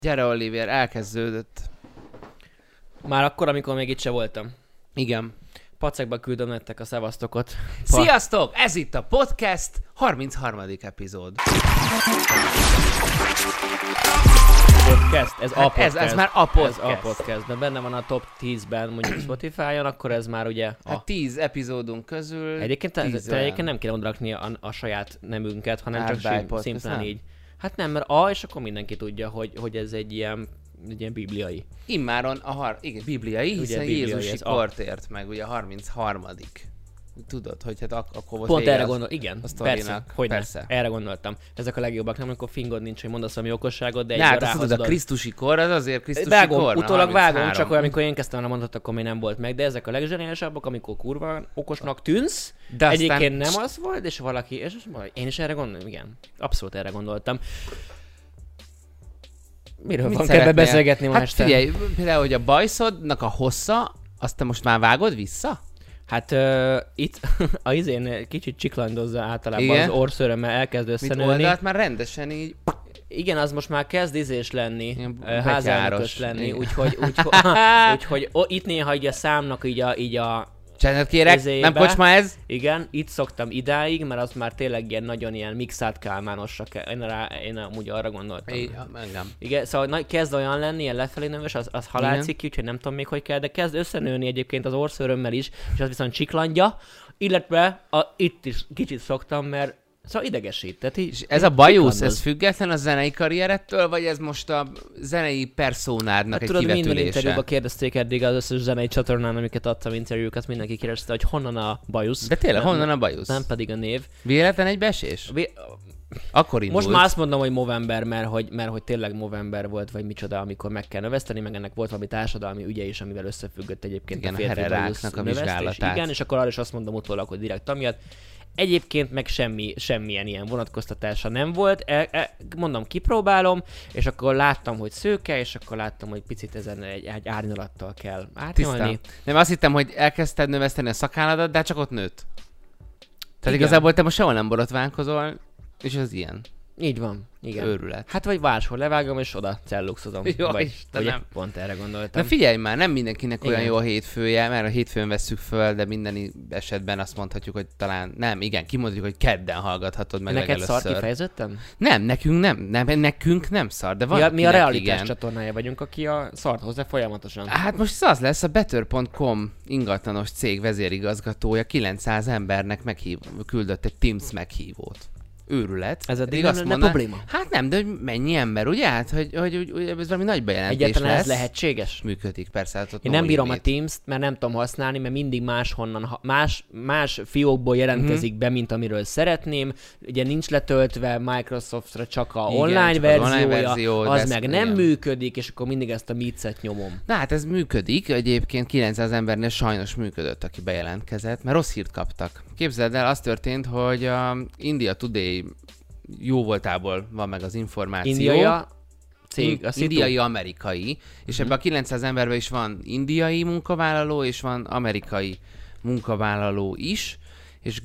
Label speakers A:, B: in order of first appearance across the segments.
A: Gyere, Oliver, elkezdődött.
B: Már akkor, amikor még itt se voltam.
A: Igen.
B: Pacekba küldöm nektek a szevasztokot.
A: Sziasztok! Ez itt a podcast 33. epizód.
B: Podcast? Ez a podcast.
A: Ez már a podcast.
B: Ez a podcast. De benne van a top 10-ben, mondjuk Spotify-on, akkor ez már ugye a...
A: Hát 10 epizódunk közül
B: Egyébként egyébként nem kéne odarakni a saját nemünket, hanem csak szimplán így. Hát nem, mert és akkor mindenki tudja, hogy ez egy ilyen bibliai.
A: Immáron igen, bibliai, hiszen
B: bibliai,
A: Jézusi kort ért meg, ugye a 33. Tudod, hogy hát akkor most
B: pont erre gondoltam, igen,
A: persze.
B: Erre gondoltam. Ezek a legjobbak, nem amikor fingod nincs, hogy mondasz valami okosságot, de
A: hát azt tudod, a Krisztusi kor, az azért Krisztusi kor.
B: Utólag vágom, csak olyan, amikor én kezdtem volna mondani, akkor még nem volt meg, de ezek a legzseniálisabbak, amikor kurva okosnak tűnsz, de egyébként nem az volt, és valaki, és én is erre gondolom, igen, abszolút erre gondoltam. Miről van kedve beszélgetni ma este?
A: Hát figyelj, például, hogy a bajszodnak a hossza, azt te most már vágod vissza?
B: Hát itt a izén kicsit csiklandozza általában
A: igen?
B: Az orrszőrömmel elkezd összenőni.
A: Mit oldalt már rendesen így...
B: Igen, az most már kezd izés lenni, házelnökös lenni, úgyhogy itt néha így a számnak így a
A: csendet kérek, izébe. Nem kocsma ez?
B: Igen, itt szoktam idáig, mert az már tényleg ilyen nagyon ilyen mixált kálmánosra kell. Én amúgy arra gondoltam.
A: Engem.
B: Igen, szóval kezd olyan lenni, ilyen lefelé növös, az halálcikki, úgyhogy nem tudom még, hogy kell, de kezd összenőni egyébként az orrszőrömmel is, és az viszont csiklandja, illetve itt is kicsit szoktam, mert szóval idegesít. Tehát
A: és ez a bajusz, ez független a zenei karrierettől, vagy ez most a zenei personádnak egy
B: tudod,
A: kivetülése?
B: Minden interjúban kérdezték eddig az összes zenei csatornán, amiket adtam interjúkat, mindenki kérdezte, hogy honnan a bajusz.
A: De tényleg, honnan a bajusz?
B: Nem pedig a név.
A: Véletlen egybeesés? Akkor indult.
B: Most már azt mondom, hogy Movember, mert hogy tényleg Movember volt, vagy micsoda, amikor meg kell növeszteni, meg ennek volt valami társadalmi ügye is, amivel összefüggött egyébként
A: igen,
B: a férfi bajusz
A: a vizsgálatát.
B: Igen, és akkor arra is azt mondom utólag, hogy direkt amiatt. Egyébként meg semmilyen ilyen vonatkoztatása nem volt, mondom, kipróbálom, és akkor láttam, hogy szőke, és akkor láttam, hogy picit ezen egy árnyalattal kell átnyolni.
A: Nem, azt hittem, hogy elkezdted növeszteni a szakálladat, de csak ott nőtt. Tehát igazából te most sehol nem borotválkozol, és ez ilyen.
B: Így van, igen.
A: Őrület.
B: Hát vagy máshol levágom, és oda celluxozom.
A: Jó,
B: vagy, ugye,
A: nem.
B: Pont erre gondoltam.
A: Na figyelj már, nem mindenkinek olyan jó a hétfője, mert a hétfőn vesszük föl, de minden esetben azt mondhatjuk, hogy talán nem, igen, kimondjuk, hogy kedden hallgathatod meg
B: legelőször. Neked
A: szar
B: kifejezetten?
A: Nem, nekünk nem szar, de van
B: mi a realitás csatornája vagyunk, aki a szart hozzá folyamatosan.
A: Hát most az lesz, a Better.com ingatlanos cég vezérigazgatója 900 embernek küldött egy Teams meghívót. Őrület.
B: Ez eddig nem probléma.
A: Hát nem, de hogy mennyi ember, ugye? Hát, hogy ez valami nagy bejelentés
B: egyáltalán
A: lesz.
B: Ez lehetséges?
A: Működik, persze. Hát
B: én nem bírom a Teams-t, mert nem tudom használni, mert mindig más fiókból jelentkezik be, mint amiről szeretném. Ugye nincs letöltve Microsoftra csak a online verziója, az meg nem működik, és akkor mindig ezt a Meet-et nyomom.
A: Na hát ez működik, egyébként 900 embernél sajnos működött, aki bejelentkezett, mert rossz hírt kaptak. Képzeld el, az történt, hogy a India Today jó voltából van meg az információ.
B: Indiai cég,
A: indiai-amerikai, és ebben a 900 emberben is van indiai munkavállaló, és van amerikai munkavállaló is, és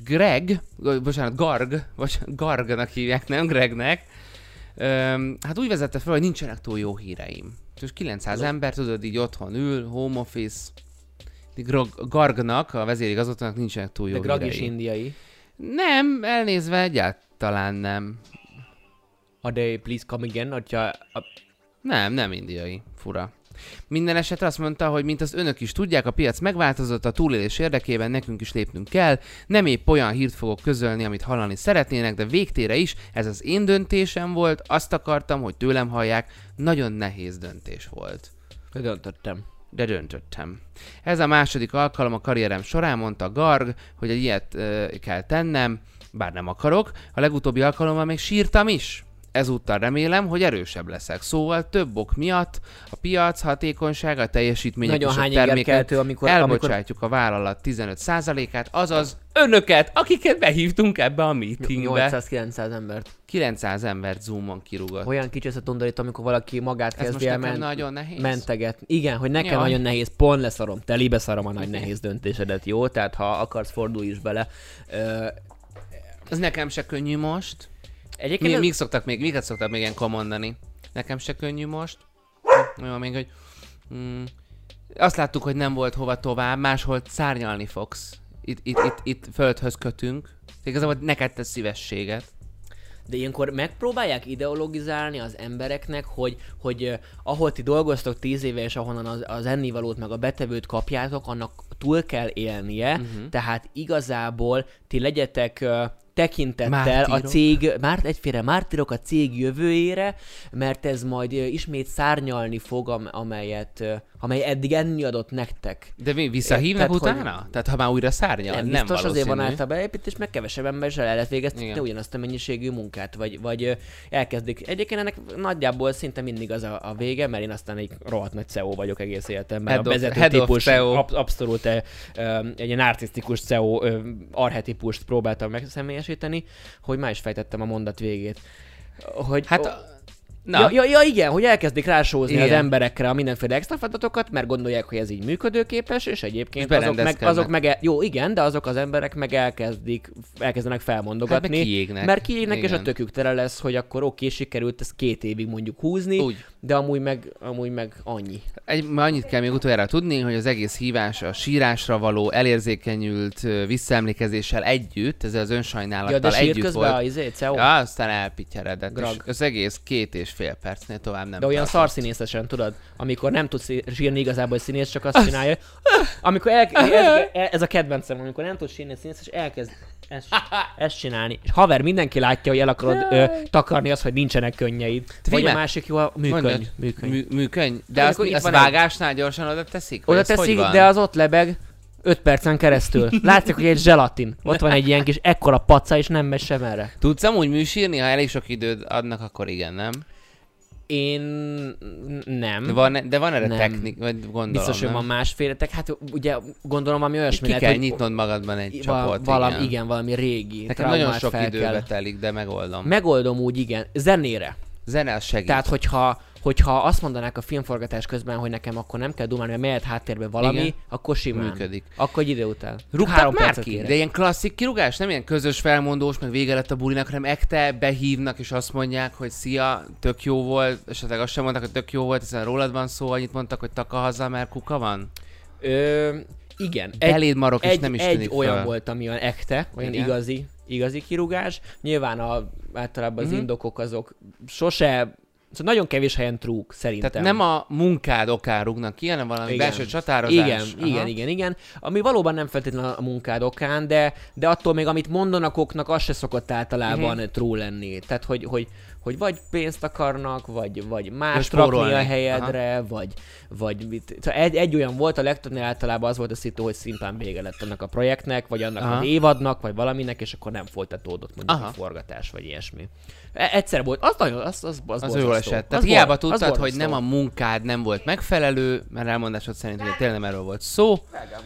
A: Gargnak hívják, nem Gregnek, hát úgy vezette fel, hogy nincsenek túl jó híreim. És 900 ember, tudod, így otthon ül, home office, Gargnak, a vezérigazgatónak nincsenek túl jó hírei.
B: De Greg is indiai.
A: Nem, elnézve egyáltalán nem.
B: Are they please come again?
A: Nem indiai. Fura. Minden esetre azt mondta, hogy mint az önök is tudják, a piac megváltozott, a túlélés érdekében nekünk is lépnünk kell. Nem épp olyan hírt fogok közölni, amit hallani szeretnének, de végtére is ez az én döntésem volt, azt akartam, hogy tőlem hallják, nagyon nehéz döntés volt. De döntöttem. Ez a második alkalom a karrierem során, mondta Garg, hogy egy ilyet kell tennem, bár nem akarok. A legutóbbi alkalommal még sírtam is. Ezúttal remélem, hogy erősebb leszek. Szóval több ok miatt a piac hatékonysága, a teljesítmények és a terméket elbocsátjuk a vállalat 15%-át, azaz önöket, akiket behívtunk ebbe a meetingbe.
B: 800-900 embert.
A: 900 embert Zoomon kirúgott.
B: Olyan kicsi összetundorít, amikor valaki magát kezdi el
A: nagyon nehéz.
B: menteget. Igen, hogy nekem nagyon nehéz, pont leszarom, telibe szarom a nagy nehéz döntésedet, jó? Tehát ha akarsz, fordulj is bele.
A: Ez nekem se könnyű most. Miket szoktak még ilyenkor mondani? Nekem se könnyű most. Jó, még hogy azt láttuk, hogy nem volt hova tovább, máshol szárnyalni fogsz. Itt földhöz kötünk. Igazából neked tesz szívességet.
B: De ilyenkor megpróbálják ideologizálni az embereknek, hogy ahol ti dolgoztok 10 éve, és ahonnan az ennivalót meg a betevőt kapjátok, annak túl kell élnie, tehát igazából ti legyetek tekintettel a cég, egyféle mártírok a cég jövőjére, mert ez majd ismét szárnyalni fog, amely eddig enni adott nektek.
A: De mi visszahívnak utána? Tehát ha már újra szárnyal? Nem
B: biztos,
A: valószínű.
B: Azért van általában építés, meg kevesebb ember is el lehet végezni ugyanazt a mennyiségű munkát, vagy elkezdik. Egyébként ennek nagyjából szinte mindig az a vége, mert én aztán egy rohadt nagy CEO vagyok egész életemben. A vezető típus, abszolút egy narcisztikus CEO archetípust próbáltam megszemélyesíteni, hogy már is fejtettem a mondat végét. Hogy, Ja, igen, hogy elkezdik rásózni az emberekre a mindenféle extra feladatokat, mert gondolják, hogy ez így működőképes, és egyébként azok meg jó, igen, de azok az emberek meg elkezdenek felmondogatni.
A: Kiégnek.
B: Mert kiégnek, és a tökük tele lesz, hogy akkor oké, sikerült ezt 2 évig mondjuk húzni, de amúgy meg annyi.
A: Annyit kell még utoljára tudni, hogy az egész hívás a sírásra való elérzékenyült visszaemlékezéssel együtt, ezzel az önsajnálattal együtt volt. Ja, aztán elpityeredett. Az egész 2,5 percnél tovább nem.
B: De olyan szarszínészesen, tudod, amikor nem tudsz sírni igazából színész, csak azt csinálja. Amikor ez a kedvencem, amikor nem tudsz sírni színész, és elkezd ezt csinálni. És haver, mindenki látja, hogy el akarod takarni azt, hogy nincsenek könnyeid. Vagy a másik jó a
A: műköny. De azt vágásnál gyorsan oda teszik?
B: Oda teszik, de az ott lebeg 5 percen keresztül. Látszik, hogy egy zselatin. Ott van egy ilyen kis ekkora paca, és nem megy sem erre.
A: Tudsz amúgy műsírni? Ha elég sok időd adnak, akkor igen, nem?
B: Én nem.
A: De van erre technik, vagy gondolom,
B: biztos, hogy van másféletek. Hát ugye gondolom, ami olyasmi
A: lehet, hogy nyitnod magadban egy csapot.
B: Valami régi.
A: Nekem nagyon sok időbe telik, de megoldom.
B: Megoldom úgy, igen. Zenére.
A: Zene az segít.
B: Tehát, hogyha azt mondanák a filmforgatás közben, hogy nekem akkor nem kell dumálni, mert mehet háttérbe valami, igen, akkor simán.
A: Működik.
B: Akkor egy idő után.
A: Rúgtak már ki? De ilyen klasszik kirúgás? Nem ilyen közös felmondós, meg vége lett a bulinak, hanem ekte behívnak, és azt mondják, hogy szia, tök jó volt, esetleg azt sem mondták, hogy tök jó volt, hiszen rólad van szó, annyit mondtak, hogy taka haza, mert kuka van?
B: Igen.
A: Beléd marok, és nem is tűnik
B: olyan fel. Volt, ami olyan ekte, olyan igazi kirúgás. Nyilván általában az indokok azok sose... Szóval nagyon kevés helyen trúk, szerintem.
A: Tehát nem a munkád okán rúgnak ki, hanem valami belső csatározás.
B: Igen. Ami valóban nem feltétlenül a munkád okán, de attól még, amit mondanak oknak, az se szokott általában trú lenni. Tehát, hogy vagy pénzt akarnak, vagy mást rakni a helyedre, vagy mit. Szóval egy olyan volt, a legtöbbnél általában az volt a szitu, hogy szimplán vége lett annak a projektnek, vagy annak az évadnak, vagy valaminek, és akkor nem folytatódott mondjuk a forgatás, vagy ilyesmi. Egyszer volt, az
A: jól esett. Tehát hiába tudtad, hogy nem a munkád nem volt megfelelő, mert elmondásod szerint, hogy tényleg nem erről volt szó.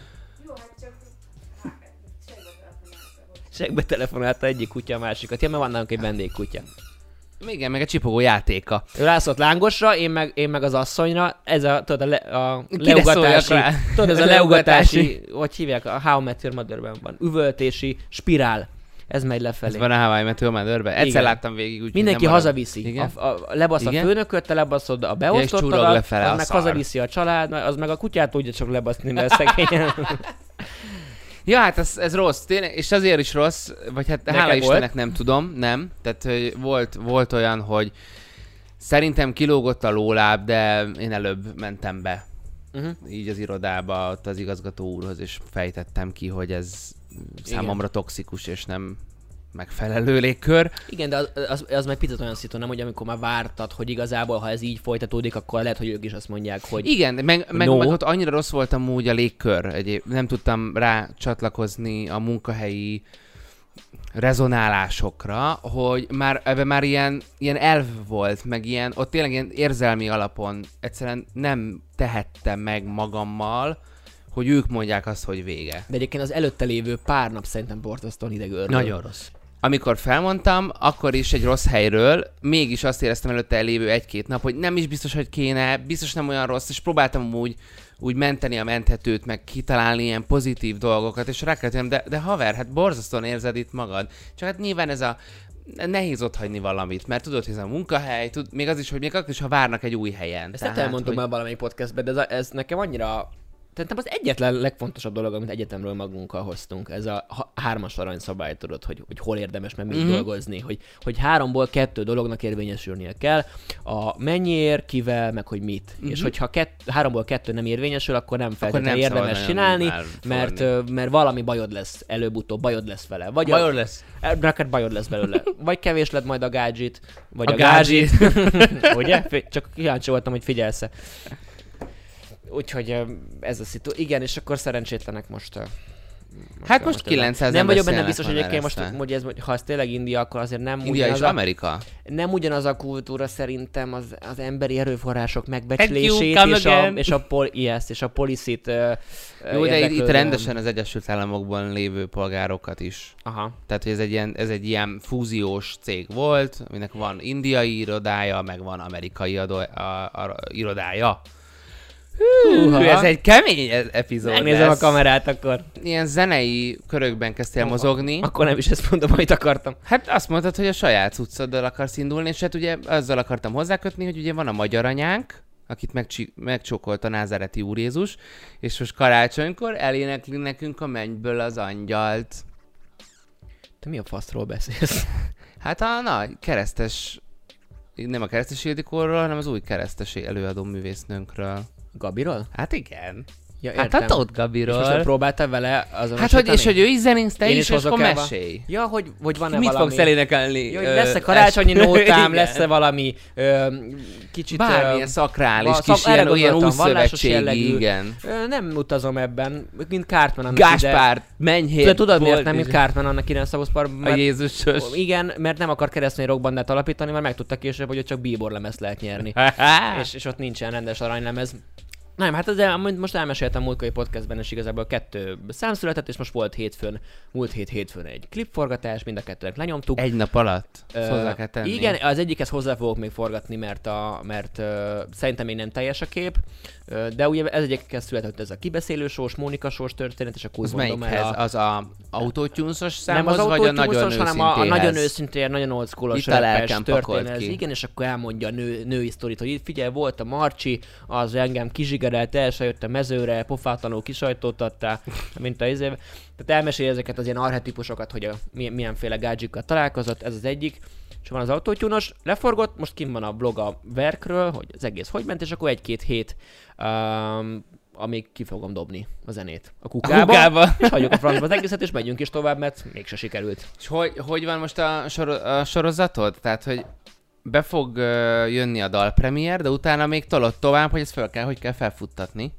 B: Segbe telefonálta egyik kutya a másikat. Ja, mert van nálunk egy vendégkutya.
A: Igen, meg egy csipogó játéka.
B: Ő rászólt lángosra, én meg az asszonyra. Ez a leugatási... Tudod, ez a leugatási... Hogy hívják? A How I Met Your Motherben van. Üvöltési spirál. Ez megy lefelé.
A: Ez van a How I Met Your Motherben. Egyszer láttam végig, úgy
B: mindenki hazaviszi. Lebasz a főnököt, te lebaszod a beosztottadat, az meg hazaviszi a család, az meg a kutyát tudja csak lebaszni, mert szegényen.
A: Ja, hát ez rossz, tényleg, és azért is rossz, vagy hát hála Istennek nem tudom, nem. Tehát volt olyan, hogy szerintem kilógott a lóláb, de én előbb mentem be. Így az irodába, ott az igazgató úrhoz, és fejtettem ki, hogy ez számomra toxikus, és nem megfelelő légkör.
B: Igen, de az meg picit olyan szitu, nem, hogy amikor már vártad, hogy igazából, ha ez így folytatódik, akkor lehet, hogy ők is azt mondják, hogy
A: igen, meg ott annyira rossz voltam úgy a légkör, nem tudtam rá csatlakozni a munkahelyi rezonálásokra, hogy ebben már ilyen elv volt, meg ott tényleg ilyen érzelmi alapon egyszerűen nem tehettem meg magammal, hogy ők mondják azt, hogy vége.
B: De egyébként az előtte lévő pár nap szerintem borzasztóan idegőrről.
A: Nagyon rossz. Amikor felmondtam, akkor is egy rossz helyről, mégis azt éreztem előtte elévő 1-2 nap, hogy nem is biztos, hogy kéne, biztos nem olyan rossz, és próbáltam úgy menteni a menthetőt, meg kitalálni ilyen pozitív dolgokat, és rákeltem, de haver, hát borzasztóan érzed itt magad. Csak hát nyilván ez a nehéz otthagyni valamit, mert tudod, hogy ez a munkahely, még az is, hogy még akkor is, ha várnak egy új helyen.
B: Ezt elmondom már valamelyik podcastben, de ez nekem annyira... Tehát az egyetlen legfontosabb dolog, amit egyetemről magunkkal hoztunk, ez a 3-as aranyszabály, tudod, hogy hol érdemes meg még dolgozni, hogy 3-ból 2 dolognak érvényesülnie kell, a mennyiért, kivel, meg hogy mit. És hogyha 3-ból 2 nem érvényesül, akkor nem feltétlenül érdemes csinálni, mert valami bajod lesz, előbb-utóbb bajod lesz vele. Vagy
A: bajod lesz.
B: Neked bajod lesz belőle. Vagy kevés lett majd a gázsit, vagy a gázsit. Ugye? Csak kíváncsi voltam, hogy figyelsz-e. Úgyhogy ez a szitu. Igen, és akkor szerencsétlenek most...
A: Hát most 900
B: nem vagyok benne biztos, hogy egyébként most, ha ez tényleg India, akkor azért nem
A: India és Amerika.
B: Nem ugyanaz a kultúra szerintem az emberi erőforrások megbecslését és a policy-t
A: jó, de itt rendesen az Egyesült Államokban lévő polgárokat is.
B: Aha.
A: Tehát, hogy ez egy ilyen fúziós cég volt, aminek van indiai irodája, meg van amerikai irodája. Ez egy kemény epizód.
B: Megnézem a kamerát akkor.
A: Ilyen zenei körökben kezdtél mozogni.
B: Akkor nem is ezt mondom, amit akartam.
A: Hát azt mondtad, hogy a saját cuccoddal akarsz indulni, és hát ugye azzal akartam hozzákötni, hogy ugye van a magyar anyánk, akit megcsókolt a názáreti Úr Jézus, és most karácsonykor elénekli nekünk a mennyből az angyalt.
B: Te mi a faszról beszélsz?
A: Hát a nagy keresztes, nem a keresztes Ildikorról, hanem az új keresztes előadó művésznőnkről.
B: Gabiról?
A: Hát igen.
B: Ja,
A: hát a Tóth Gabiról. És
B: most próbáltál vele
A: azonosítani? Hát, hogy ő is zenész, te is, és akkor mesélj.
B: Ja, hogy van-e
A: mit
B: valami...
A: fogsz elénekelni?
B: Ja, lesz-e karácsonyi nótám, lesz-e valami kicsit...
A: Bármilyen szakrális kis ilyen újszövetségi, igen.
B: Nem utazom ebben, mint Cartman annak
A: Gáspár, menj
B: tudod miért nem, mint Cartman annak ide a Szavuszparban?
A: A Jézusos.
B: Igen, mert nem akar keresztény rockbandát alapítani, mert megtudta később, hogy csak Bieber lemezt lehet nyerni. és ott nincsen rendes aranylemez. Nem, hát most elmeséltem múltkori podcastben, és igazából 2 szám született, és most volt múlt hétfőn egy klipforgatás, mind a 2-nek lenyomtuk.
A: Egy nap alatt? Hozzá kell tenni.
B: Igen, az egyikhez hozzá fogok még forgatni, mert szerintem még nem teljes a kép, de ugye ez egyikhez született ez a kibeszélősós, Mónika-sós történet, és akkor
A: úgy mondom el
B: az
A: a autótyúnszos számhoz,
B: nem az
A: vagy a nagyon őszintéhez?
B: hanem a nagyon őszintén, nagyon old schoolos rappes történet. Igen, és akkor elmondja a női sztorit, hogy itt figyelj, volt a Marcsi, az engem kizsigerelt, el se jött a mezőre, pofátlanul kisajtótattál, mint a izébe. Tehát elmeséli ezeket az ilyen archetipusokat, hogy milyenféle gádzsikkal találkozott, ez az egyik. És van az autótyúnos, leforgott, most kint van a blog a Verkről, hogy az egész hogy ment, és akkor 1-2 hét amíg ki fogom dobni a zenét a kukába. És hagyjuk a francba az egészet, és megyünk is tovább, mert mégse sikerült.
A: És hogy van most a sorozatod? Tehát, hogy be fog jönni a dalpremiér, de utána még tolod tovább, hogy ezt hogy kell felfuttatni.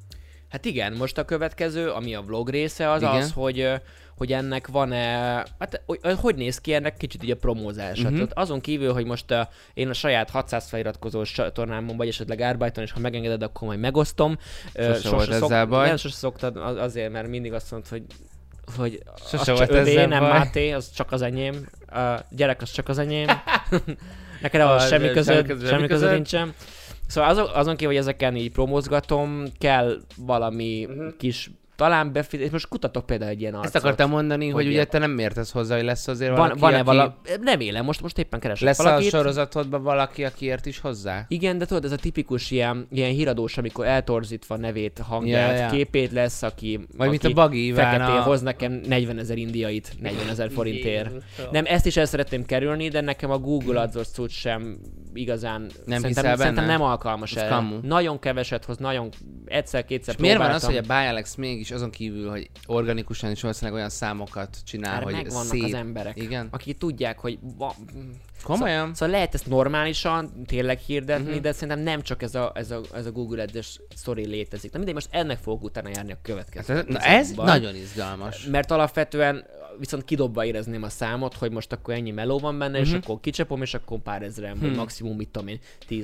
B: Hát igen, most a következő, ami a vlog része az, hogy ennek van-e, hát hogy néz ki ennek kicsit így a promózása. Tehát azon kívül, hogy most én a saját 600 feliratkozós csatornámon, vagy esetleg Árbájton, és ha megengeded, akkor majd megosztom.
A: Sose volt ezzel baj.
B: Nem, sose szoktad azért, mert mindig azt mondod, hogy
A: sose volt övé,
B: nem baj. Máté, az csak az enyém. A gyerek az csak az enyém. Neked ahhoz semmi közöd nincsen. Szóval azon kívül, hogy ezeken így promózgatom, kell valami kis talán befizetés. Most kutatok például egy ilyen arcot.
A: Ezt akartam mondani, hogy ugye te nem értesz hozzá, hogy lesz azért valaki,
B: van-e nem élem, most éppen keresek
A: lesz
B: valakit.
A: Lesz a sorozatodban valaki, aki ért is hozzá?
B: Igen, de tudod, ez a tipikus ilyen híradós, amikor eltorzítva nevét, hangját, képét lesz, aki
A: mint a Bagi
B: feketén hoz nekem 40 000 indiait 40 000 forintért. Nem, ezt is el szeretném kerülni, de nekem a Google AdWords cucc sem igazán szerintem nem alkalmas erre. Nagyon keveset hoz, nagyon egyszer-kétszer próbáltam.
A: Miért van az, hogy a Bialex mégis azon kívül, hogy organikusan is valószínűleg olyan számokat csinál, hogy
B: megvannak az emberek,
A: igen?
B: akik tudják, hogy
A: komolyan?
B: Szóval lehet ezt normálisan tényleg hirdetni, de szerintem nem csak ez a Google Ads sztori létezik. Na mindegy, most ennek fogok utána járni a következő.
A: Ez nagyon izgalmas.
B: Mert alapvetően viszont kidobva érezném a számot, hogy most akkor ennyi meló van benne, és akkor kicsapom, és akkor pár ezeren, vagy maximum, mit tudom én,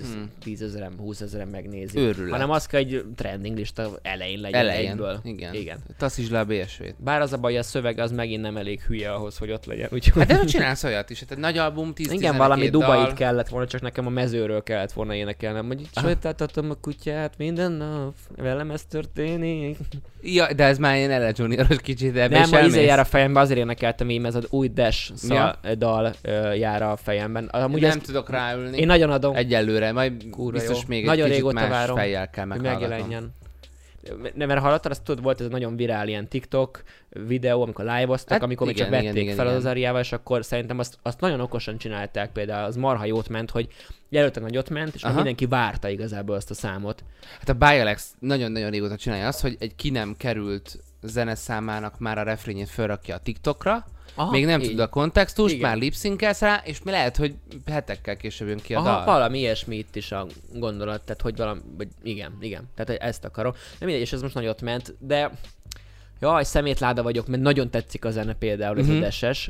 B: 10 000, 20 000 megnézi.
A: Őrület.
B: Hanem az kell, egy trending lista elején legyen egyből.
A: Igen. Taszítsd le a BSV-t.
B: Bár az a baj, a szöveg az megint nem elég hülye ahhoz, hogy ott legyen. Úgyhogy...
A: Hát de hogy csinálsz olyat is? Hát egy nagy album, 10-12
B: igen, valami Dubait kellett volna, csak nekem a mezőről kellett volna énekelnem, hogy sétáltatom a kutyát minden nap, velem ez történik.
A: Ja, de ez már ilyen Ella Junior-os kicsit,
B: nem, jár a fejembe, azért énekeltem én, ez az új Dash dal jár a fejemben.
A: Amúgy nem tudok ráülni.
B: Én nagyon adom.
A: Egyelőre, majd biztos jó. Még
B: nagyon
A: egy kicsit más fejjel kell meghallgatnom.
B: Megjelenjen. Mert hallottad, azt tudod, volt ez nagyon virál ilyen TikTok videó, amikor live-oztak, amikor még csak vették fel az Ariával, és akkor szerintem azt nagyon okosan csinálták például, az marha jót ment, hogy jelölten nagyot ment, és mindenki várta igazából azt a számot.
A: Hát a Bialex nagyon-nagyon régóta csinálja azt, hogy egy ki nem került zeneszámának már a refrényét felrakja a TikTokra, még nem tud a kontextust, már lipszinkelsz rá, és lehet, hogy hetekkel később jön ki a dal.
B: Valami ilyesmi itt is a gondolat, tehát hogy valami, vagy igen, tehát ezt akarom. Nem mindegy, és ez most nagyot ment, de jaj, szemétláda vagyok, mert nagyon tetszik a zene például, ez a Dash-es.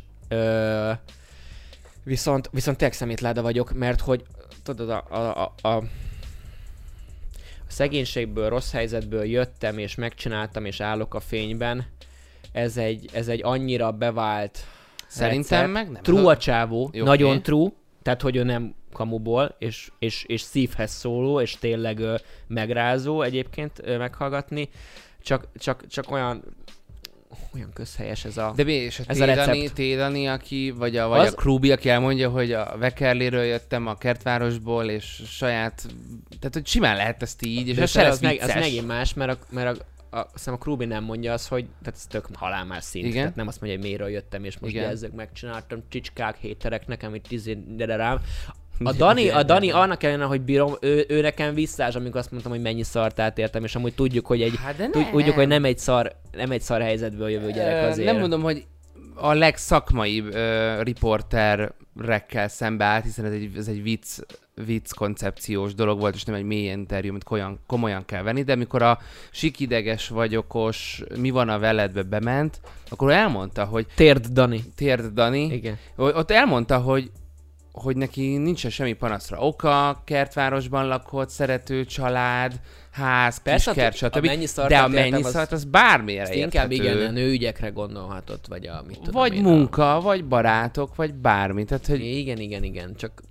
B: Viszont tényleg szemétláda vagyok, mert hogy tudod, a szegénységből, rossz helyzetből jöttem, és megcsináltam, és állok a fényben. Ez egy annyira bevált
A: szerintem recept. Meg nem.
B: True a csávó, nagyon true, tehát hogy ő nem kamuból, és szívhez szóló, és tényleg megrázó egyébként meghallgatni. Csak olyan közhelyes ez a
A: de mi, és a T-Dani, aki, vagy a Krúbi, aki elmondja, hogy a Vekerléről jöttem a kertvárosból, és saját, tehát hogy simán lehet ezt így, és ez lesz vicces.
B: Az megint más, mert a Krúbi nem mondja azt, hogy tehát ez tök halál más szint. Igen? Tehát nem azt mondja, hogy miről jöttem, és most ezek megcsináltam, csicskák, héterek, nekem itt de rám. A Dani annak ellenére, hogy bírom, ő nekem visszás, amikor azt mondtam, hogy mennyi szart átértem, és amúgy tudjuk, hogy tudjuk, hogy nem egy szar helyzetből jövő gyerek azért.
A: Nem mondom, hogy a legszakmaibb riporterekkel szembe állt, hiszen ez egy vicc koncepciós dolog volt, és nem egy mély interjú, amit komolyan kell venni, de amikor a sikideges vagy okos, mi van a veledbe bement, akkor elmondta, hogy...
B: Térd Dani.
A: Igen. Ott elmondta, hogy neki nincsen semmi panaszra oka, kertvárosban lakott, szerető család, ház, kiskert, stb. De a mennyi szart, az bármire érthető.
B: Inkább igen, nőügyekre gondolhatott, vagy a mit tudom
A: vagy munka, vagy barátok, vagy bármi. Tehát, hogy...
B: Igen, csak...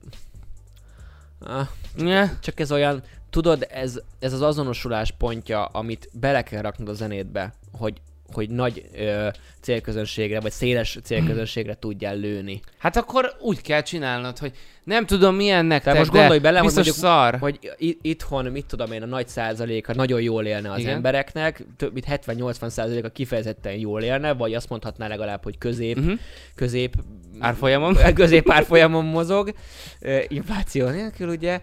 B: Csak ez olyan, tudod, ez az azonosulás pontja, amit bele kell raknod a zenétbe, hogy nagy célközönségre, vagy széles célközönségre tudjál lőni.
A: Hát akkor úgy kell csinálnod, hogy nem tudom milyen nektek,
B: most gondolj bele,
A: biztos
B: hogy
A: szar.
B: Hogy itthon, mit tudom én, a nagy százaléka nagyon jól élne az embereknek, több mint 70-80%-a kifejezetten jól élne, vagy azt mondhatná legalább, hogy közép árfolyamon mozog, infláció nélkül, ugye,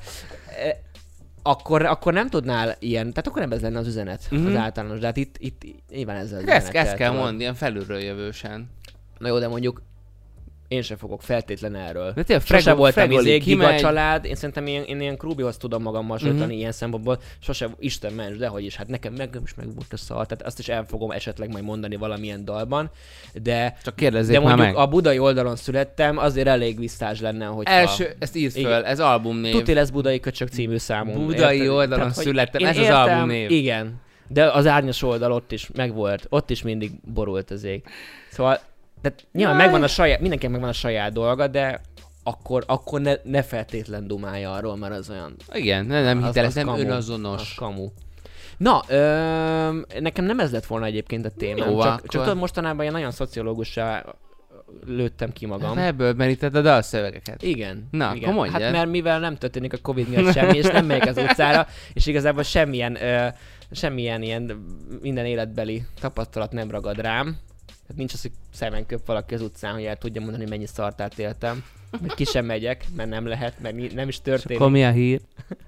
B: akkor nem tudnál ilyen, tehát akkor nem ez lenne az üzenet, az általános, de hát itt nyilván ezzel az üzenet.
A: Ezt kell mondani, ilyen felülről jövősen.
B: Na jó, de mondjuk én sem fogok feltétlen erről. Sose voltam giga család, én szerintem én ilyen Krúbihoz tudom magam hasonlítani ilyen szempontból, sose, Isten ments, dehogy is, hát nekem is meg volt a szar, tehát azt is el fogom esetleg majd mondani valamilyen dalban, de
A: csak kérdezzék
B: de mondjuk
A: már meg.
B: A budai oldalon születtem, azért elég visszás lenne, hogy
A: ezt írd föl, ez albumnév.
B: Tuti lesz Budai Köcsök című számom.
A: Budai oldalon születtem, ez az albumnév.
B: Igen, de az árnyas oldal ott is megvolt, ott is mindig borult az ég. Szóval tehát nyilván mindenkinek megvan a saját dolga, de akkor ne feltétlen dumálja arról, mert az olyan...
A: Igen, nem hiteles, nem önazonos.
B: Az kamu. Na, nekem nem ez lett volna egyébként a témám, jó, csak tudod, mostanában ilyen nagyon szociológussá lőttem ki magam.
A: Ebből meríted a dalszövegeket.
B: Igen.
A: Na,
B: igen.
A: Akkor mondjad.
B: Hát mert mivel nem történik a Covid miatt semmi, és nem megyek az utcára, és igazából semmilyen ilyen minden életbeli tapasztalat nem ragad rám. Hát nincs az, hogy szemen köp valaki az utcán, hogy el tudja mondani, hogy mennyi szartát éltem. Mert ki sem megyek, mert nem lehet, mert nem is történik.
A: És akkor mi a hír?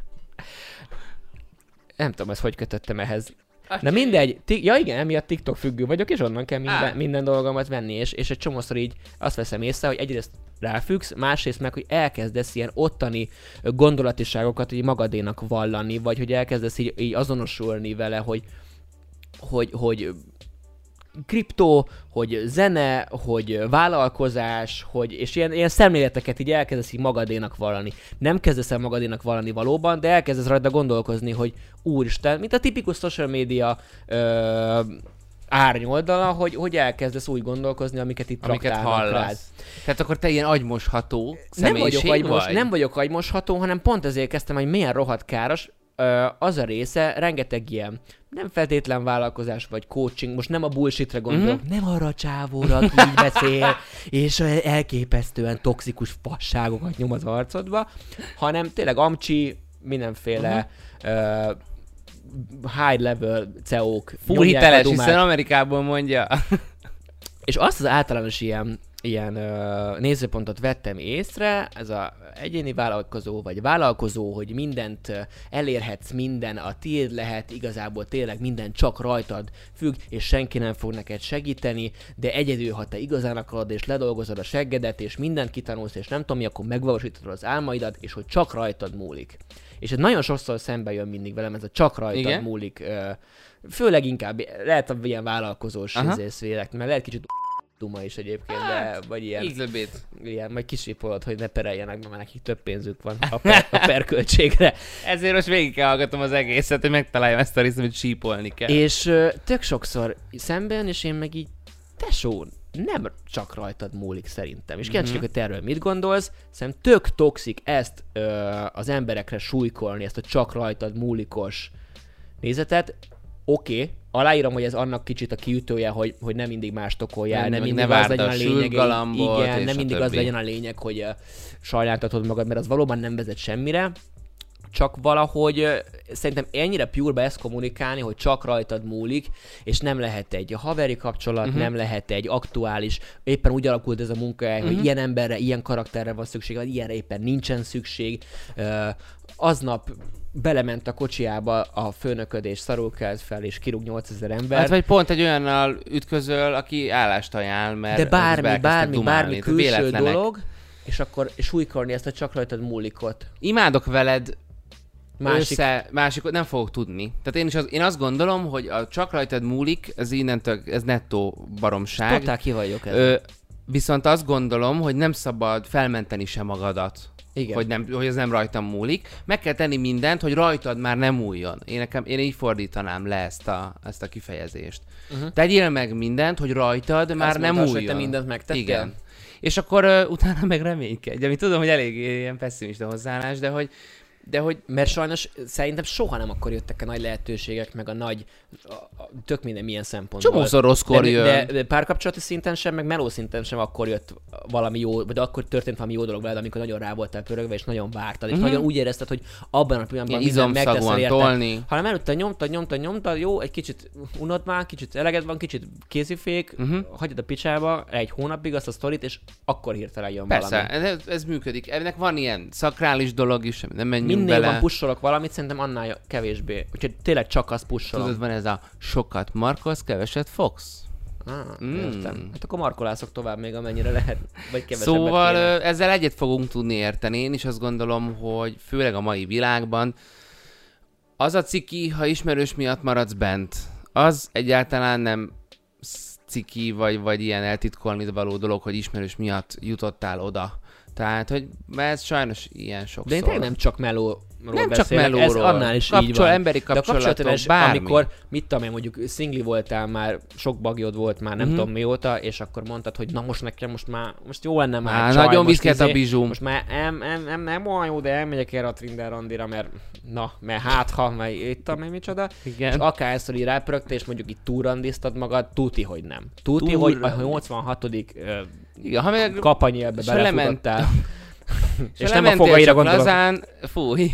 B: Nem tudom, ezt hogy kötöttem ehhez. Na mindegy, igen, emiatt TikTok függő vagyok, és onnan kell minden dolgomat venni, és egy csomószor így azt veszem észre, hogy egyrészt ráfüggsz, másrészt meg, hogy elkezdesz ilyen ottani gondolatiságokat így magadénak vallani, vagy hogy elkezdesz így azonosulni vele, hogy kriptó, hogy zene, hogy vállalkozás, és ilyen szemléleteket így elkezdesz így magadénak vallani. Nem kezdesz el magadénak vallani valóban, de elkezdesz rajta gondolkozni, hogy úristen, mint a tipikus social media árnyoldala, hogy elkezdesz úgy gondolkozni, amiket itt traktálnak rád.
A: Tehát akkor te ilyen agymosható személyiség
B: nem vagyok agymosható, hanem pont ezért kezdtem, hogy milyen rohadt káros. az a része, rengeteg ilyen nem feltétlen vállalkozás vagy coaching, most nem a bullshitre gondolok, nem arra a csávóra, aki így beszél, és elképesztően toxikus fasságokat nyom az arcodba, hanem tényleg amcsi, mindenféle high level CEO-k.
A: Full hiteles, hiszen Amerikából mondja.
B: És azt az általános ilyen nézőpontot vettem észre, ez a egyéni vállalkozó, vagy vállalkozó, hogy mindent elérhetsz, minden a tiéd lehet, igazából tényleg minden csak rajtad függ, és senki nem fog neked segíteni, de egyedül, ha te igazán akarod, és ledolgozod a seggedet, és mindent kitanulsz, és nem tudom mi, akkor megvalósítod az álmaidat, és hogy csak rajtad múlik. És ez nagyon sokszor szembe jön mindig velem, ez a csak rajtad múlik. Főleg inkább, lehet ilyen vállalkozós szélek, mert lehet kicsit duma is egyébként, de vagy ilyen, majd kisipolod, hogy ne pereljenek be, mert nekik több pénzük van a perköltségre.
A: Ezért most végig kell hallgatom az egészet, hogy megtaláljam ezt a részt, hogy sípolni kell.
B: És tök sokszor szemben, és én meg így, tesó, nem csak rajtad múlik szerintem. És kíváncsi hogy te erről mit gondolsz? Szerintem tök toxik ezt az emberekre súlykolni, ezt a csak rajtad múlikos nézetet. Oké, aláírom, hogy ez annak kicsit a kiütője, hogy nem mindig más tokoljál, nem mindig az legyen a lényeg, igen, nem mindig az legyen a lényeg, hogy sajnáltatod magad, mert az valóban nem vezet semmire. Csak valahogy szerintem ennyire pure-be ezt kommunikálni, hogy csak rajtad múlik, és nem lehet egy haveri kapcsolat, nem lehet egy aktuális, éppen úgy alakult ez a munkahely, hogy ilyen emberre, ilyen karakterre van szükség, vagy ilyenre éppen nincsen szükség. Aznap belement a kocsiába a főnököd, és szarul kelt fel, és kirúg 8000 ember.
A: Hát vagy pont egy olyannal ütközöl, aki állást ajánl, mert
B: de bármi külső dolog, és akkor súlykolni ezt a csak rajtad múlikot.
A: Imádok veled, másikot nem fogok tudni. Tehát én azt gondolom, hogy a csak rajtad múlik, ez nettó baromság.
B: Totál ki vagyok ez.
A: Viszont azt gondolom, hogy nem szabad felmenteni sem magadat.
B: Igen.
A: Hogy ez nem rajtam múlik. Meg kell tenni mindent, hogy rajtad már nem múljon. Én így fordítanám le ezt a kifejezést. Tegyél meg mindent, hogy rajtad már nem múljon.
B: Hogy te mindent megtettél?
A: Igen. És akkor utána meg reménykedj. Ami tudom, hogy elég ilyen pessimista hozzáállás, de hogy
B: mert sajnos szerintem soha nem akkor jöttek a nagy lehetőségek, meg a nagy, tök minden milyen szempontból.
A: Csomószor rosszkor jön.
B: De párkapcsolati szinten sem, meg meló szinten sem akkor jött valami jó, vagy akkor történt valami jó dolog veled, amikor nagyon rá voltál pörögve, és nagyon vártad, és nagyon úgy érezted, hogy abban a pillanatban minden megteszel érte. Hanem előtte nyomtad, jó, egy kicsit unod már, kicsit eleged van, kicsit kézifék, hagyjad a picsába egy hónapig azt a sztorit, és akkor hirtelen jön valami.
A: Persze, ez működik. Ennek van ilyen szakrális dolog is, nem menjünk
B: minél van pusholok valamit, szerintem annál kevésbé. Úgyhogy tényleg csak azt pusholom.
A: Tudod, van ez a sokat markolsz, keveset fogsz.
B: Értem. Hát akkor markolászok tovább még amennyire lehet, vagy kevesebbet
A: Szóval
B: kéne.
A: Ezzel egyet fogunk tudni érteni. Én is azt gondolom, hogy főleg a mai világban az a ciki, ha ismerős miatt maradsz bent, az egyáltalán nem ciki, vagy ilyen eltitkolni való dolog, hogy ismerős miatt jutottál oda. Tehát, hogy ez sajnos ilyen sokszor.
B: De én tényleg nem csak melóról
A: nem
B: beszélek,
A: csak melóról.
B: Ez annál is így van.
A: Emberi kapcsolatok, bármi.
B: Amikor, mit tudom én, mondjuk szingli voltál már, sok bagyod volt már, nem tudom mióta, és akkor mondtad, hogy na most nekem most jó lenne már csaj.
A: Nagyon viszket a bizsum.
B: Most már nem olyan jó, de elmegyek erre a Trinder randira, mert hátha, mert itt tudom én micsoda.
A: Igen.
B: És akárszor így rápörögtél, és mondjuk itt túrandiztad magad, tuti, hogy nem. Tuti, hogy a 86.
A: Igen, ha meg
B: kapanyélbe belefutottál.
A: És nem a fogaira gondolok. Lazán, fúj.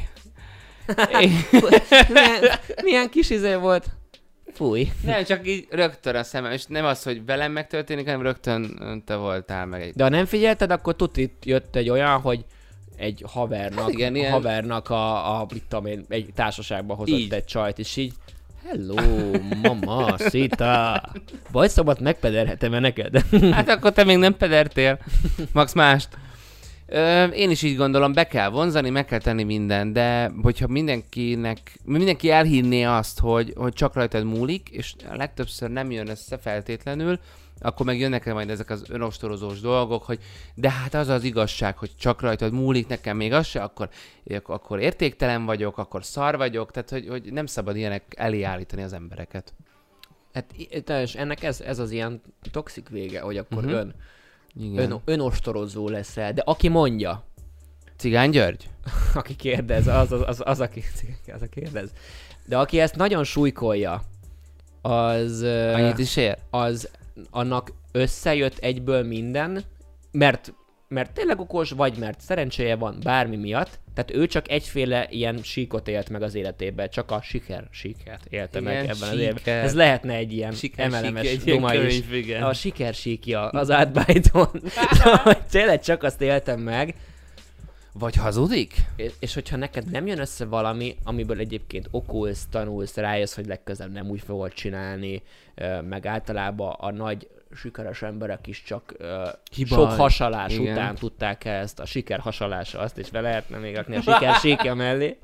B: Milyen kis izé volt. Fúj.
A: Nem, csak így rögtön a szemem, és nem az, hogy velem megtörténik, hanem rögtön te voltál meg egy...
B: De ha nem figyelted, akkor tutit jött egy olyan, hogy egy havernak,
A: igen,
B: mit tudom én, egy társaságba hozott így egy csajt, és így hello, mama, szita. Vagy szabad megpederhetem-e neked?
A: Hát akkor te még nem pedertél. Max mást. Én is így gondolom, be kell vonzani, meg kell tenni mindent, de hogyha mindenki elhinné azt, hogy csak rajtad múlik, és a legtöbbször nem jön össze feltétlenül, akkor meg jönnek el majd ezek az önostorozós dolgok, hogy de hát az az igazság, hogy csak rajtad múlik, nekem még az se, akkor értéktelen vagyok, akkor szar vagyok, tehát hogy nem szabad ilyenek elé állítani az embereket.
B: Hát és ennek ez az ilyen toxik vége, hogy akkor önostorozó leszel, de aki mondja,
A: Cigány György?
B: Aki kérdez, az aki kérdez. De aki ezt nagyon súlykolja, az...
A: Annyit is ér?
B: Az annak összejött egyből minden, mert tényleg okos, vagy mert szerencséje van bármi miatt, tehát ő csak egyféle ilyen síkot élt meg az életében, csak a síkert élte meg ebben az évben. Ez lehetne egy ilyen MLM-es duma is. A sikersíkja az Art-Byton. Tényleg csak azt éltem meg.
A: Vagy hazudik?
B: És hogyha neked nem jön össze valami, amiből egyébként okulsz, tanulsz, rájössz, hogy legközelebb nem úgy fogod csinálni, meg általában a nagy sikeres emberek is csak sok hasalás után tudták ezt, a siker hasalása, azt is be lehetne még rakni a siker síkja mellé.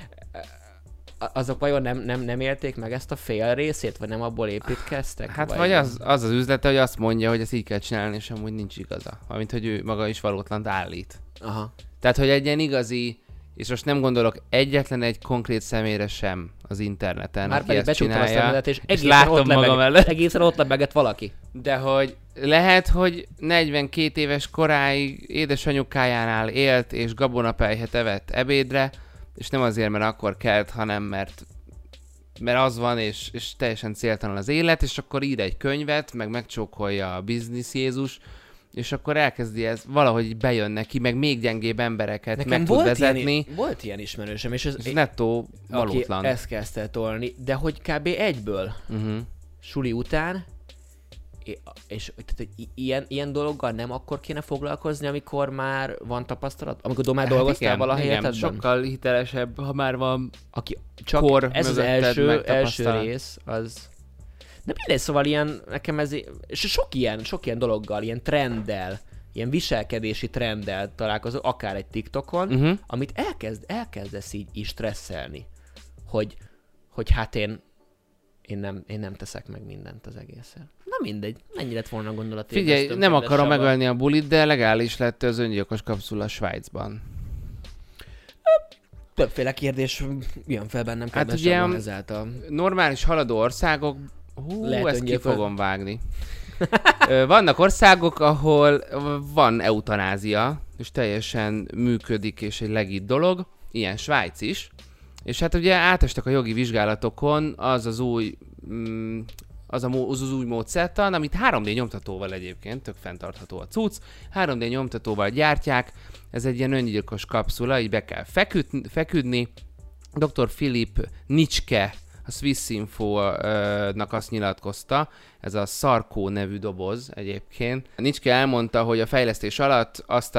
B: Azok vajon nem élték meg ezt a fél részét, vagy nem abból építkeztek?
A: Hát vagy az üzlete, hogy azt mondja, hogy ezt így kell csinálni, és amúgy nincs igaza. Amint, hogy ő maga is valótlant állít.
B: Aha.
A: Tehát, hogy egy ilyen igazi, és most nem gondolok egyetlen egy konkrét személyre sem az interneten,
B: már
A: aki ezt csinálja.
B: A szemedet, és egészen ott lebegett valaki.
A: De hogy lehet, hogy 42 éves koráig édesanyukájánál élt, és gabonapelyhet evett ebédre, és nem azért, mert akkor kelt, hanem mert az van, és teljesen céltalan az élet, és akkor ír egy könyvet, meg megcsókolja a Business Jézus, és akkor elkezdi ez valahogy bejön neki, meg még gyengébb embereket nekem meg tud vezetni.
B: Volt ilyen ismerősöm, és ez
A: nettó valótlan.
B: Aki ezt kezdte tolni, de hogy kb. Egyből suli után, és tehát, ilyen dologgal nem akkor kéne foglalkozni, amikor már van tapasztalat? Amikor már dolgoztál valaha életedben?
A: Sokkal hitelesebb, ha már van
B: csak
A: kor
B: ez az első rész, az... De mindegy, szóval ilyen, nekem ez, és sok ilyen dologgal, ilyen trenddel, ilyen viselkedési trenddel találkozol, akár egy TikTokon, amit elkezdesz így stresszelni, hogy hát én nem teszek meg mindent az egészen. Na mindegy, ennyi lett volna gondolat.
A: Figyelj, nem akarom megölni a bulit, de legális lett az öngyilkos kapszula Svájcban.
B: Többféle kérdés jön fel bennem,
A: hát ugye ezáltal. Normális haladó országok, ezt ki fogom vágni. Vannak országok, ahol van eutanázia, és teljesen működik, és egy legit dolog, ilyen Svájc is. És hát ugye átestek a jogi vizsgálatokon az új módszertan, amit 3D nyomtatóval egyébként, tök fenntartható a cucc, 3D nyomtatóval gyártják, ez egy ilyen öngyilkos kapszula, így be kell feküdni. Dr. Philip Nitschke, a Swiss Info-nak azt nyilatkozta, ez a Sarko nevű doboz egyébként. Nitschke elmondta, hogy a fejlesztés alatt azt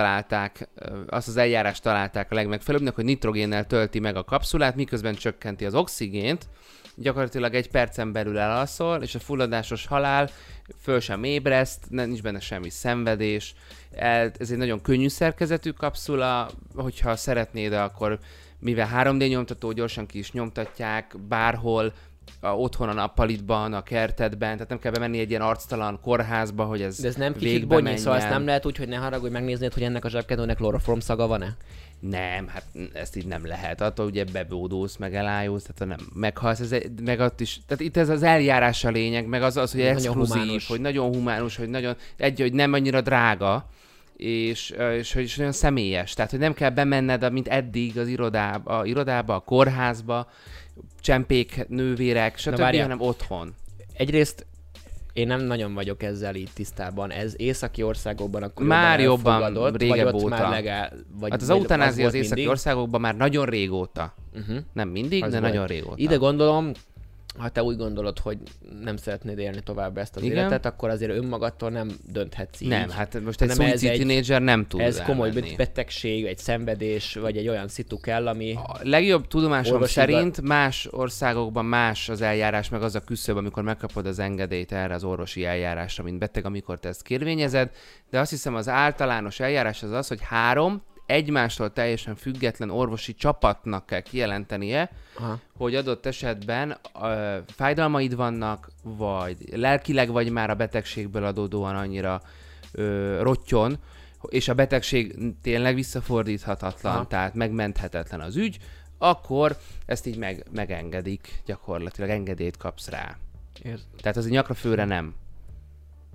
A: az eljárást találták a legmegfelelőbbnek, hogy nitrogénnel tölti meg a kapszulát, miközben csökkenti az oxigént, gyakorlatilag 1 percen belül elalszol, és a fulladásos halál föl sem ébreszt, nincs benne semmi szenvedés. Ez egy nagyon könnyű szerkezetű kapszula, hogyha szeretnéd, akkor mivel 3D nyomtató, gyorsan ki is nyomtatják, bárhol, otthon a nappalitban, a kertedben, tehát nem kell bemenni egy ilyen arctalan kórházba, hogy ez
B: de ez nem kicsit bonyolult, szóval ezt nem lehet úgy, hogy ne haragudj, megnéznéd, hogy ennek a zsebkendőnek kloroform szaga van-e?
A: Nem, hát ezt így nem lehet. Attól ugye bebódulsz, meg elájulsz, tehát nem meghalsz, meg ott is, tehát itt ez az eljárás a lényeg, meg az, hogy exkluzív, hogy nagyon humánus, hogy nagyon, hogy nem annyira drága, és hogy nagyon személyes. Tehát, hogy nem kell bemenned, mint eddig az irodába, a kórházba, csempék, nővérek, stb., hanem otthon.
B: Egyrészt én nem nagyon vagyok ezzel így tisztában. Ez északi országokban akkor
A: már jobban, régebb óta.
B: Már legál, vagy
A: hát az eutanázia az északi országokban már nagyon régóta. Nem mindig, de nagyon régóta.
B: Ide gondolom, ha te úgy gondolod, hogy nem szeretnéd élni tovább ezt az életet, akkor azért önmagadtól nem dönthetsz így.
A: Nem, hát most egy szuicid tínédzser nem tud
B: ez komoly betegség, egy szenvedés, vagy egy olyan szitu kell, ami...
A: A legjobb tudomásom szerint más országokban más az eljárás, meg az a küszöb, amikor megkapod az engedélyt erre az orvosi eljárásra, mint beteg, amikor te ezt kérvényezed, de azt hiszem az általános eljárás az, hogy 3 egymástól teljesen független orvosi csapatnak kell kijelentenie, hogy adott esetben fájdalmaid vannak, vagy lelkileg vagy már a betegségből adódóan annyira rottyon, és a betegség tényleg visszafordíthatatlan, tehát megmenthetetlen az ügy, akkor ezt így megengedik, gyakorlatilag engedélyt kapsz rá. Tehát az egy nyakra főre nem.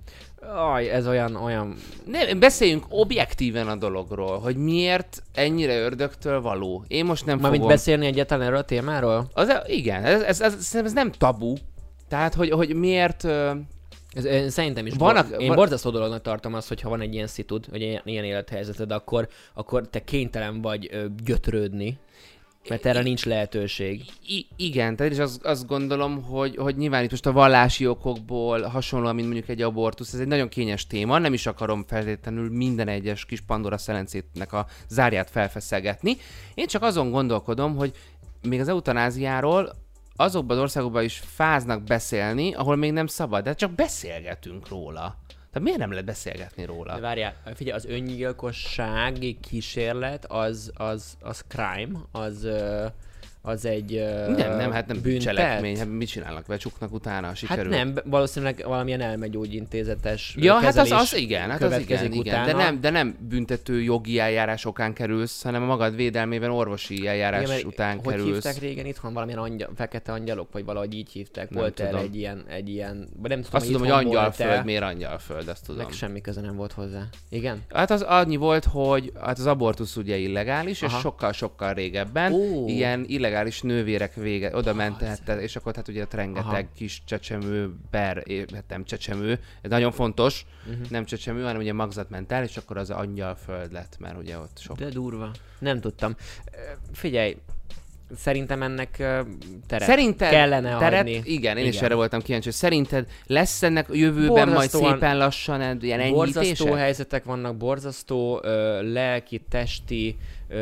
B: Ez olyan...
A: Nem, beszéljünk objektíven a dologról, hogy miért ennyire ördögtől való. Én most nem fogom...
B: Mármint beszélni egyáltalán erről a témáról?
A: Igen, ez nem tabu. Tehát, hogy miért...
B: Szerintem is. Én borzasztó dolognak tartom azt, hogyha van egy ilyen szitud, vagy ilyen élethelyzeted, akkor te kénytelen vagy gyötrődni. Mert erre nincs lehetőség.
A: Igen, tehát is azt gondolom, hogy nyilván itt most a vallási okokból hasonlóan, mint mondjuk egy abortusz, ez egy nagyon kényes téma, nem is akarom feltétlenül minden egyes kis Pandora szelencétnek a zárját felfeszegetni. Én csak azon gondolkodom, hogy még az eutanáziáról azokban az országokban is fáznak beszélni, ahol még nem szabad, de csak beszélgetünk róla. Tehát miért nem lehet beszélgetni róla?
B: De várjál, figyelj, az öngyilkossági kísérlet az crime, az egy
A: hát nem bűncselekmény, hát mit csinálnak vele, csuknak utána, sikerül?
B: Hát nem, valószínűleg valamilyen elmegyógyintézetes
A: kezelés az igen, de nem büntető jogi eljárás okán kerülsz, hanem a magad védelmében orvosi eljárás után kerülsz.
B: Hogy hívták régen itthon? Valamilyen fekete angyalok, vagy valahogy így hívták.
A: Nem
B: volt
A: tudom.
B: erre egy ilyen vagy nem tudom,
A: azt tudom, hogy Angyalföld, miért Angyalföld, azt tudom.
B: Meg semmi köze nem volt hozzá. Igen?
A: Hát az annyi volt, hogy hát az abortusz ugye illegális, és sokkal-sokkal régebben ilyen illegális nővérek oda mentettek, és akkor hát ugye ott rengeteg kis csecsemő, nem csecsemő, ez nagyon fontos, nem csecsemő, hanem ugye magzat ment el, és akkor az Angyalföld lett, mert ugye ott sok.
B: De durva. Nem tudtam. Figyelj, szerintem ennek teret kellene hagyni.
A: Igen, én is erre voltam kíváncsi, hogy szerinted lesz ennek jövőben majd szépen lassan ilyen enyhítése?
B: Borzasztó helyzetek vannak, borzasztó lelki, testi,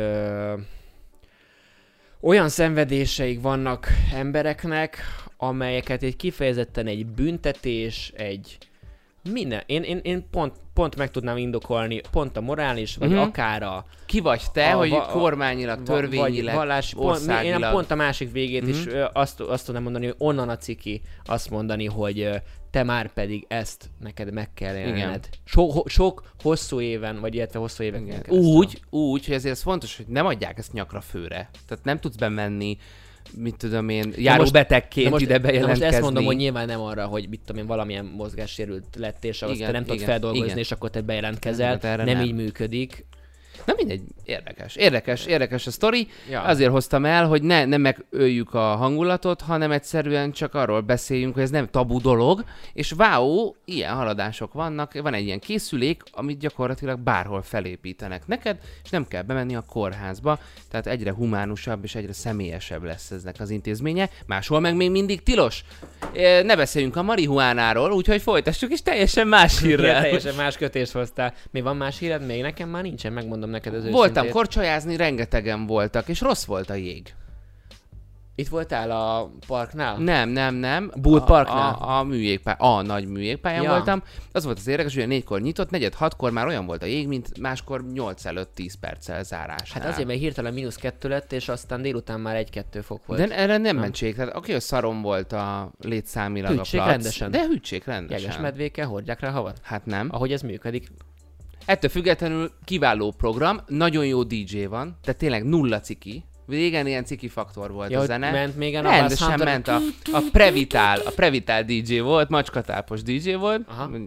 B: olyan szenvedéseik vannak embereknek, amelyeket egy kifejezetten egy büntetés, egy minden. Én pont meg tudnám indokolni, pont a morális, vagy akár a...
A: Ki vagy te, hogy kormányilag, törvényileg, országilag...
B: Én pont a másik végét is azt tudnám mondani, hogy onnan a ciki azt mondani, hogy te már pedig ezt neked meg kell élned. Sok hosszú éven, vagy illetve hosszú éveken keresztül.
A: Úgy, hogy ezért ez fontos, hogy nem adják ezt nyakra főre. Tehát nem tudsz bemenni, mit tudom én, járóbetegként ide bejelentkezni.
B: Most ezt mondom, hogy nyilván nem arra, hogy mit tudom én, valamilyen mozgássérült lett, és azt te nem tudod feldolgozni, és akkor te bejelentkezel. Nem így működik.
A: Na mindegy, érdekes a sztori. Ja. Azért hoztam el, hogy ne megöljük a hangulatot, hanem egyszerűen csak arról beszéljünk, hogy ez nem tabu dolog, és ilyen haladások vannak, van egy ilyen készülék, amit gyakorlatilag bárhol felépítenek neked, és nem kell bemenni a kórházba, tehát egyre humánusabb és egyre személyesebb lesz eznek az intézménye, máshol meg még mindig tilos. Ne beszéljünk a marihuánáról, úgyhogy folytassuk is teljesen más hírrel.
B: Teljesen más kötést hoztál. Mi van más híred? Még nekem már nincsen, megmondom neked az
A: Voltam korcsolyázni, rengetegen voltak, és rossz volt a jég.
B: Itt voltál a parknál?
A: Nem.
B: Bull Parknál?
A: A műjégpályán, a nagy műjégpályán voltam. Az volt az érdekes, hogy 4-kor nyitott, 4-6-kor már olyan volt a jég, mint máskor 8 előtt 10 perccel zárásnál.
B: Hát azért, mert hirtelen -2 lett, és aztán délután már 1-2 fok volt.
A: De erre nem mentség, tehát oké, hogy szarom volt a létszámilag a plac.
B: Rendesen.
A: De hűtsék rendesen.
B: Jeges medvékkel hordják rá havat?
A: Hát nem.
B: Ahogy ez működik.
A: Ettől függetlenül kiváló program, nagyon jó DJ van, tehát tényleg nulla ciki. Régen ilyen ciki faktor volt a zene.
B: Ment még
A: rendesen ment a Previtál DJ volt, macskatápos DJ volt,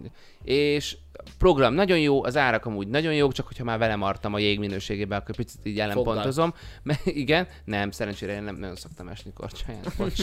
A: és program nagyon jó, az árak amúgy nagyon jók, csak hogyha már velem martam a jég minőségében, akkor picit így ellenpontozom. Igen, nem, szerencsére én nem nagyon szoktam esni korcsolyán.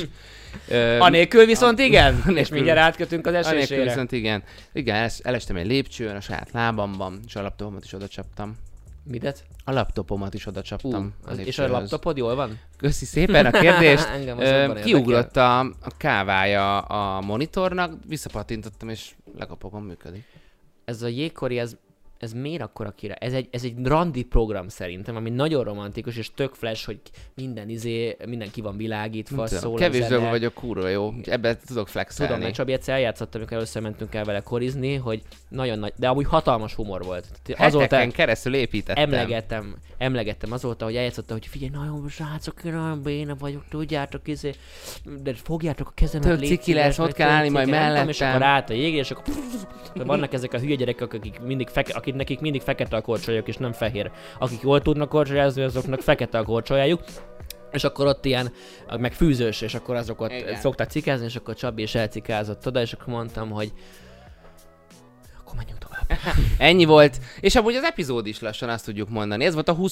B: Anélkül viszont igen, és mindjárt átkötünk az esésére.
A: Anélkül viszont igen. Igen, elestem egy lépcsőn a saját lábamban, és a laptopomat is oda csaptam.
B: Midet?
A: A laptopomat is oda csaptam.
B: És a laptopod jól van?
A: Köszi szépen a kérdést. Kiugrott a kávája a monitornak, visszapattintottam, és lekapogom, működik.
B: Ez a jégkori, ez miért akkora király? Ez egy randi program szerintem, ami nagyon romantikus, és tök flash, hogy minden ki van világítva, szól
A: kevés dolog vagyok kurva jó, ebben tudok flexelni.
B: Tudom, mert Csabi egyszer eljátszottam, amikor először mentünk el vele korizni, hogy nagyon nagy, de amúgy hatalmas humor volt.
A: Heteken keresztül építettem.
B: Emlegettem azóta, hogy eljátszotta, hogy figyelj, nagyon srácok, én nagyon béna vagyok, tudjátok, de fogjátok a kezemet.
A: Tök ciki lesz, ott kell állni majd mellettem.
B: És akkor át a jégre, és akkor vannak ezek a hülye gyerekek, akik nekik mindig fekete a korcsolyájuk, és nem fehér. Akik jól tudnak korcsolyázni, azoknak fekete a korcsolyájuk. És akkor ott ilyen, meg fűzős, és akkor azokat szokták cikázni, és akkor Csabi is elcikázott oda, és akkor mondtam, hogy akkor menjünk tovább.
A: Ennyi volt, és amúgy az epizód is lassan azt tudjuk mondani. Ez volt a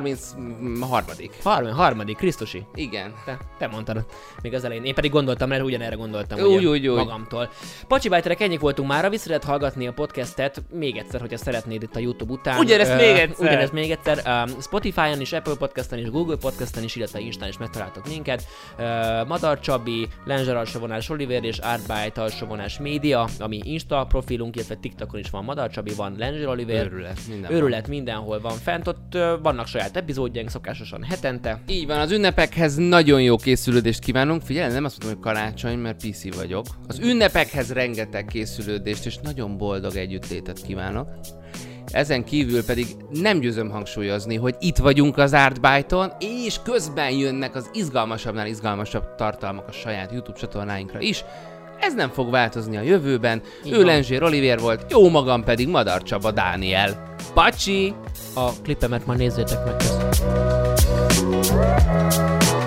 A: 33.
B: Harmadik, Krisztusi.
A: Igen.
B: Te mondtad még az elején. Én pedig gondoltam, mert ugyanerre gondoltam magamtól. Pacsi bájterek, ennyik voltunk mára, vissza lehet hallgatni a podcastet még egyszer, hogyha szeretnéd itt a YouTube után. Ugyanezt még egyszer. Spotify-on is, Apple Podcast-on is, Google Podcast-on is, illetve Instán is megtaláltok minket. Madar Csabi, Lenzser Oliver és Artbyte Média, ami Insta profilunk, illetve TikTokon is van Madar Csabi, van Lenzser Oliver. Őrület mindenhol van fent, ott vannak saját epizódjaink szokásosan hetente.
A: Így van, az ünnepekhez nagyon jó készülődést kívánunk. Figyelj, nem azt mondom, hogy karácsony, mert PC vagyok. Az ünnepekhez rengeteg készülődést és nagyon boldog együttlétet kívánok. Ezen kívül pedig nem győzöm hangsúlyozni, hogy itt vagyunk az Artbyte-on, és közben jönnek az izgalmasabbnál izgalmasabb tartalmak a saját YouTube csatornáinkra is. Ez nem fog változni a jövőben. Ő Lenzsér Oliver volt, jó magam pedig Madar Csaba Dániel. Pacsi!
B: A klippemet már nézzétek meg.